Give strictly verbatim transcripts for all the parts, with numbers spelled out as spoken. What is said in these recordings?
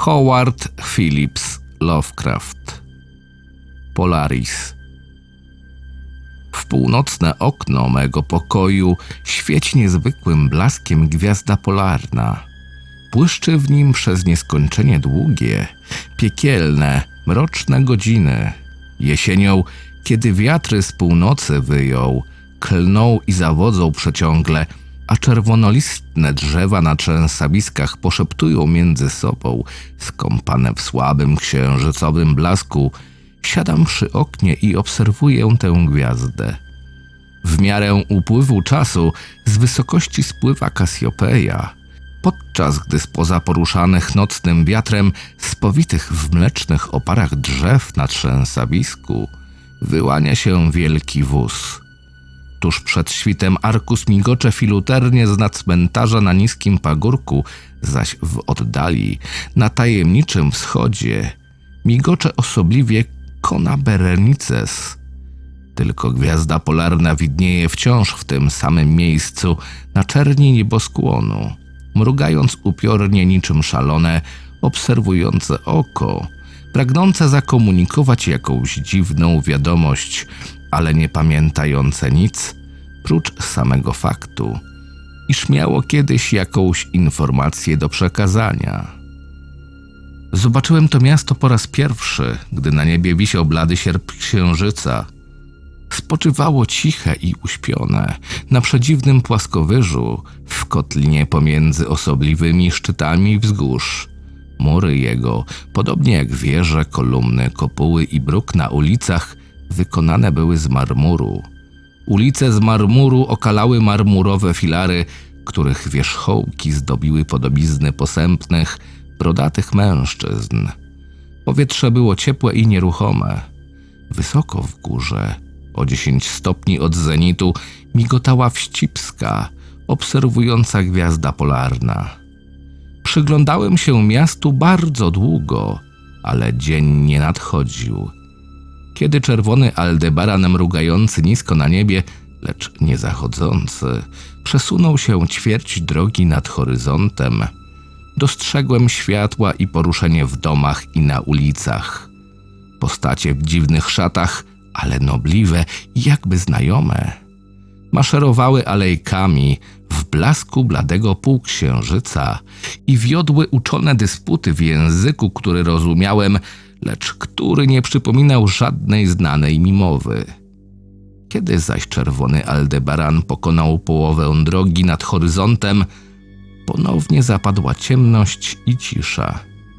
Howard Phillips Lovecraft. Polaris. W północne okno mego pokoju świeci niezwykłym blaskiem gwiazda polarna. Błyszczy w nim przez nieskończenie długie, piekielne, mroczne godziny. Jesienią, kiedy wiatry z północy wyją, klną i zawodzą przeciągle, a czerwonolistne drzewa na trzęsawiskach poszeptują między sobą, skąpane w słabym księżycowym blasku, siadam przy oknie i obserwuję tę gwiazdę. W miarę upływu czasu z wysokości spływa Kasjopeja, podczas gdy spoza poruszanych nocnym wiatrem spowitych w mlecznych oparach drzew na trzęsawisku wyłania się wielki wóz. Tuż przed świtem Arkus migocze filuternie z nad cmentarza na niskim pagórku, zaś w oddali, na tajemniczym wschodzie, migocze osobliwie Kona Berenices. Tylko gwiazda polarna widnieje wciąż w tym samym miejscu na czerni nieboskłonu, mrugając upiornie niczym szalone, obserwujące oko, pragnące zakomunikować jakąś dziwną wiadomość, ale nie pamiętające nic, prócz samego faktu, iż miało kiedyś jakąś informację do przekazania. Zobaczyłem to miasto po raz pierwszy, gdy na niebie wisiał blady sierp księżyca. Spoczywało ciche i uśpione na przedziwnym płaskowyżu w kotlinie pomiędzy osobliwymi szczytami wzgórz. Mury jego, podobnie jak wieże, kolumny, kopuły i bruk na ulicach, wykonane były z marmuru. Ulice z marmuru okalały marmurowe filary, których wierzchołki zdobiły podobizny posępnych, brodatych mężczyzn. Powietrze było ciepłe i nieruchome. Wysoko w górze, o dziesięć stopni od zenitu, migotała wścibska, obserwująca gwiazda polarna. Przyglądałem się miastu bardzo długo, ale dzień nie nadchodził. Kiedy czerwony Aldebaran mrugający nisko na niebie, lecz nie zachodzący, przesunął się ćwierć drogi nad horyzontem, dostrzegłem światła i poruszenie w domach i na ulicach. Postacie w dziwnych szatach, ale nobliwe i jakby znajome, maszerowały alejkami w blasku bladego półksiężyca i wiodły uczone dysputy w języku, który rozumiałem, lecz który nie przypominał żadnej znanej mi mowy. Kiedy zaś czerwony Aldebaran pokonał połowę drogi nad horyzontem, ponownie zapadła ciemność i cisza.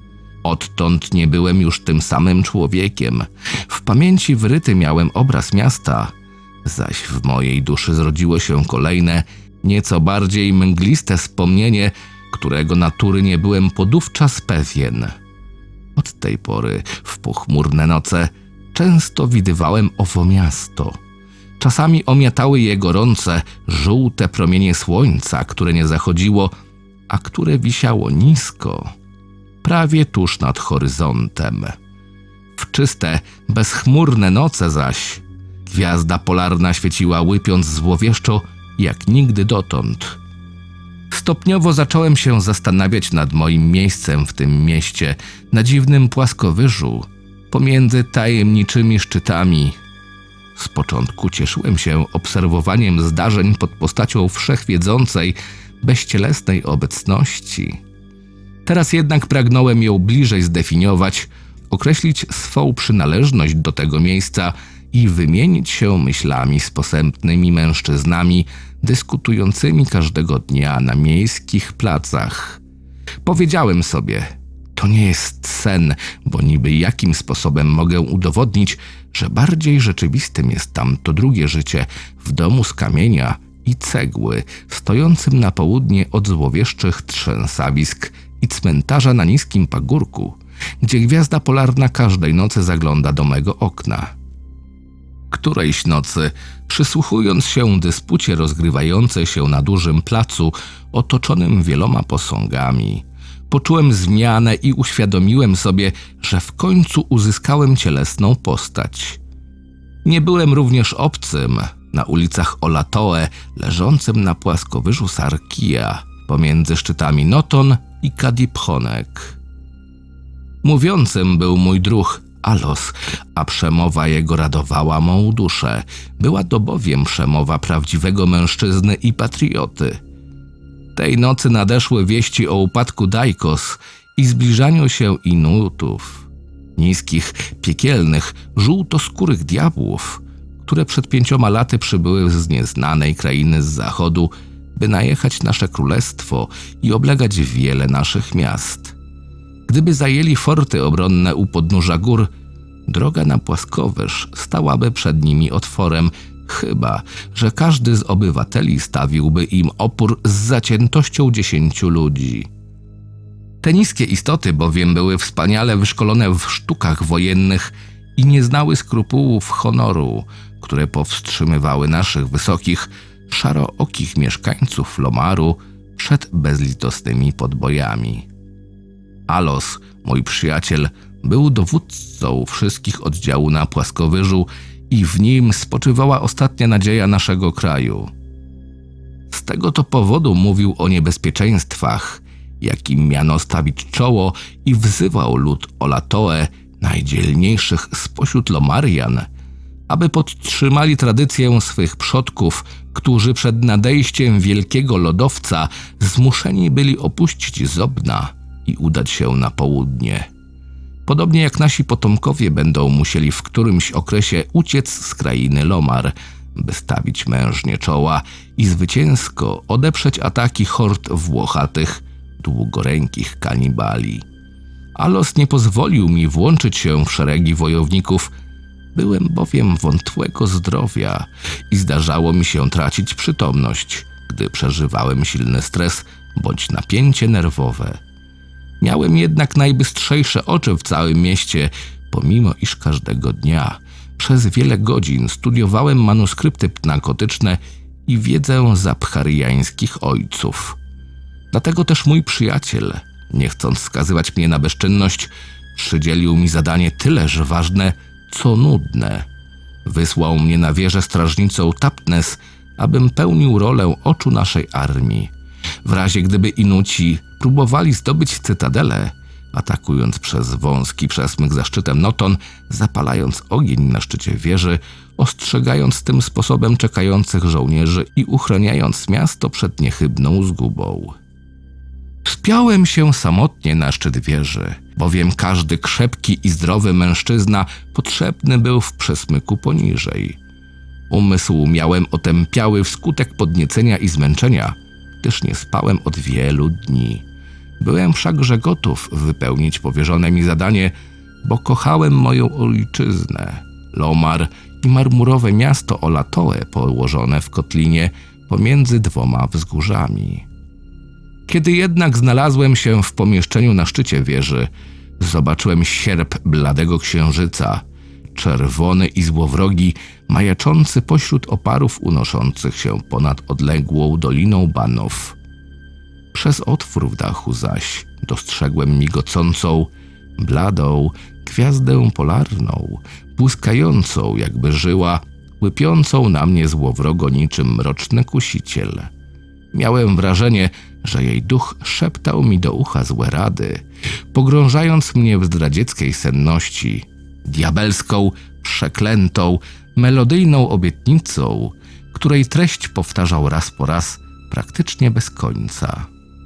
Odtąd nie byłem już tym samym człowiekiem. W pamięci wryty miałem obraz miasta, zaś w mojej duszy zrodziło się kolejne, nieco bardziej mgliste wspomnienie, którego natury nie byłem podówczas pewien. Od tej pory, w pochmurne noce, często widywałem owo miasto. Czasami omiatały je gorące, żółte promienie słońca, które nie zachodziło, a które wisiało nisko, prawie tuż nad horyzontem. W czyste, bezchmurne noce zaś gwiazda polarna świeciła łypiąc złowieszczo jak nigdy dotąd. Stopniowo zacząłem się zastanawiać nad moim miejscem w tym mieście, na dziwnym płaskowyżu, pomiędzy tajemniczymi szczytami. Z początku cieszyłem się obserwowaniem zdarzeń pod postacią wszechwiedzącej, bezcielesnej obecności. Teraz jednak pragnąłem ją bliżej zdefiniować, określić swą przynależność do tego miejsca i wymienić się myślami z posępnymi mężczyznami dyskutującymi każdego dnia na miejskich placach. Powiedziałem sobie, to nie jest sen, bo niby jakim sposobem mogę udowodnić, że bardziej rzeczywistym jest tamto drugie życie w domu z kamienia i cegły, stojącym na południe od złowieszczych trzęsawisk i cmentarza na niskim pagórku, gdzie gwiazda polarna każdej nocy zagląda do mego okna. Którejś nocy, przysłuchując się dyspucie rozgrywającej się na dużym placu otoczonym wieloma posągami, poczułem zmianę i uświadomiłem sobie, że w końcu uzyskałem cielesną postać. Nie byłem również obcym na ulicach Olatoe, leżącym na płaskowyżu Sarkia, pomiędzy szczytami Noton i Kadiphonek. Mówiącym był mój druh Alos, a przemowa jego radowała mą duszę. Była to bowiem przemowa prawdziwego mężczyzny i patrioty. Tej nocy nadeszły wieści o upadku Dajkos i zbliżaniu się Inutów, niskich, piekielnych, żółtoskórych diabłów, które przed pięcioma laty przybyły z nieznanej krainy z zachodu, by najechać nasze królestwo i oblegać wiele naszych miast. Gdyby zajęli forty obronne u podnóża gór, droga na płaskowyż stałaby przed nimi otworem, chyba że każdy z obywateli stawiłby im opór z zaciętością dziesięciu ludzi. Te niskie istoty bowiem były wspaniale wyszkolone w sztukach wojennych i nie znały skrupułów honoru, które powstrzymywały naszych wysokich, szarookich mieszkańców Lomaru przed bezlitosnymi podbojami. Alos, mój przyjaciel, był dowódcą wszystkich oddziałów na płaskowyżu i w nim spoczywała ostatnia nadzieja naszego kraju. Z tego to powodu mówił o niebezpieczeństwach, jakim miano stawić czoło, i wzywał lud Olatoe, najdzielniejszych spośród Lomarian, aby podtrzymali tradycję swych przodków, którzy przed nadejściem wielkiego lodowca zmuszeni byli opuścić Zobna i udać się na południe. Podobnie jak nasi potomkowie będą musieli w którymś okresie uciec z krainy Lomar, by stawić mężnie czoła i zwycięsko odeprzeć ataki hord włochatych, długorękich kanibali. Alos nie pozwolił mi włączyć się w szeregi wojowników. Byłem bowiem wątłego zdrowia i zdarzało mi się tracić przytomność, gdy przeżywałem silny stres bądź napięcie nerwowe. Miałem jednak najbystrzejsze oczy w całym mieście, pomimo iż każdego dnia przez wiele godzin studiowałem manuskrypty pnakotyczne i wiedzę zabchariańskich ojców. Dlatego też mój przyjaciel, nie chcąc skazywać mnie na bezczynność, przydzielił mi zadanie tyleż ważne, co nudne. Wysłał mnie na wieżę strażnicą Tapnes, abym pełnił rolę oczu naszej armii. W razie gdyby Inuci próbowali zdobyć cytadelę, atakując przez wąski przesmyk za szczytem Noton, zapalając ogień na szczycie wieży, ostrzegając tym sposobem czekających żołnierzy i uchraniając miasto przed niechybną zgubą. Wspiąłem się samotnie na szczyt wieży, bowiem każdy krzepki i zdrowy mężczyzna potrzebny był w przesmyku poniżej. Umysł miałem otępiały wskutek podniecenia i zmęczenia, gdyż nie spałem od wielu dni. Byłem wszakże gotów wypełnić powierzone mi zadanie, bo kochałem moją ojczyznę, Lomar i marmurowe miasto Olatoe położone w kotlinie pomiędzy dwoma wzgórzami. Kiedy jednak znalazłem się w pomieszczeniu na szczycie wieży, zobaczyłem sierp bladego księżyca, czerwony i złowrogi, majaczący pośród oparów unoszących się ponad odległą doliną Banów. Przez otwór w dachu zaś dostrzegłem migocącą, bladą gwiazdę polarną, błyskającą jakby żyła, łypiącą na mnie złowrogo niczym mroczny kusiciel. Miałem wrażenie, że jej duch szeptał mi do ucha złe rady, pogrążając mnie w zdradzieckiej senności, diabelską, przeklętą, melodyjną obietnicą, której treść powtarzał raz po raz, praktycznie bez końca.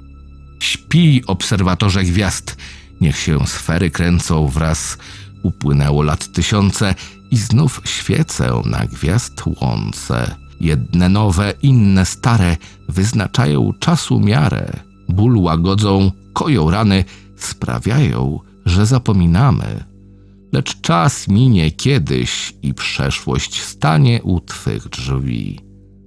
Śpij, obserwatorze gwiazd, niech się sfery kręcą wraz, upłynęło lat tysiące i znów świecę na gwiazd łące. Jedne nowe, inne stare wyznaczają czasu miarę, ból łagodzą, koją rany, sprawiają, że zapominamy. Lecz czas minie kiedyś i przeszłość stanie u twych drzwi.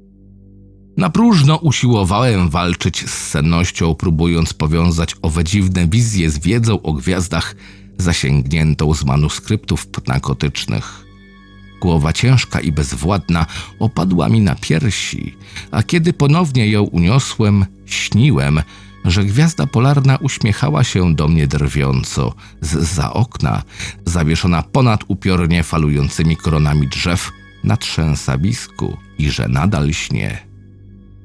Na próżno usiłowałem walczyć z sennością, próbując powiązać owe dziwne wizje z wiedzą o gwiazdach zasięgniętą z manuskryptów pnakotycznych. Głowa ciężka i bezwładna opadła mi na piersi, a kiedy ponownie ją uniosłem, śniłem, że gwiazda polarna uśmiechała się do mnie drwiąco zza okna, zawieszona ponad upiornie falującymi koronami drzew na trzęsawisku, i że nadal śnie.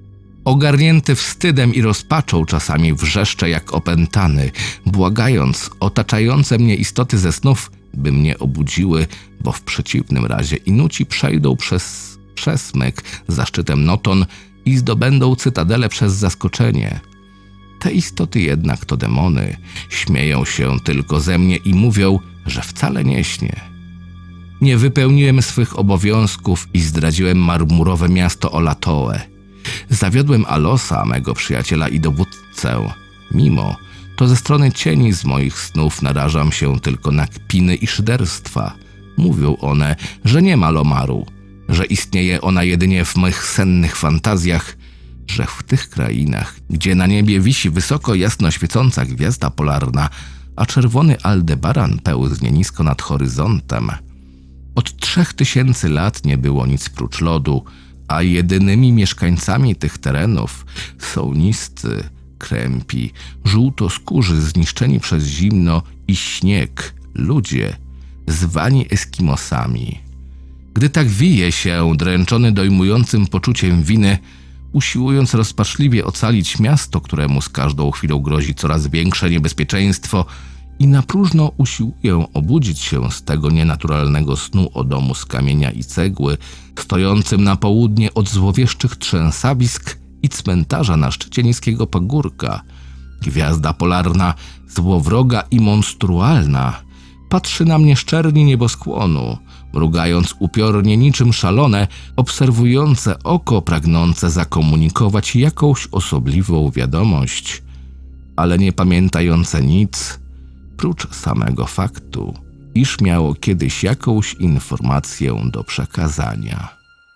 Ogarnięty wstydem i rozpaczą czasami wrzeszczę jak opętany, błagając otaczające mnie istoty ze snów, by mnie obudziły, bo w przeciwnym razie inuci przejdą przez przesmyk za szczytem Noton i zdobędą cytadelę przez zaskoczenie. Te istoty jednak to demony, śmieją się tylko ze mnie i mówią, że wcale nie śnię. Nie wypełniłem swych obowiązków i zdradziłem marmurowe miasto Olatoe. Zawiodłem Alosa, mego przyjaciela i dowódcę. Mimo to ze strony cieni z moich snów narażam się tylko na kpiny i szyderstwa. Mówią one, że nie ma Lomaru, że istnieje ona jedynie w mych sennych fantazjach, że w tych krainach, gdzie na niebie wisi wysoko jasno świecąca gwiazda polarna, a czerwony Aldebaran pełznie nisko nad horyzontem, od trzech tysięcy lat nie było nic prócz lodu, a jedynymi mieszkańcami tych terenów są niscy, krępi, żółtoskórzy zniszczeni przez zimno i śnieg, ludzie zwani Eskimosami. Gdy tak wije się, dręczony dojmującym poczuciem winy, usiłując rozpaczliwie ocalić miasto, któremu z każdą chwilą grozi coraz większe niebezpieczeństwo, i na próżno usiłuję obudzić się z tego nienaturalnego snu o domu z kamienia i cegły, stojącym na południe od złowieszczych trzęsawisk i cmentarza na szczycie niskiego pagórka. Gwiazda polarna, złowroga i monstrualna, patrzy na mnie z czerni nieboskłonu, mrugając upiornie niczym szalone, obserwujące oko pragnące zakomunikować jakąś osobliwą wiadomość, ale nie pamiętające nic, prócz samego faktu, iż miało kiedyś jakąś informację do przekazania.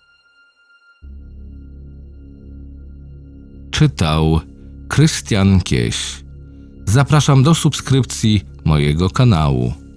Czytał Krystian Kieś. Zapraszam do subskrypcji mojego kanału.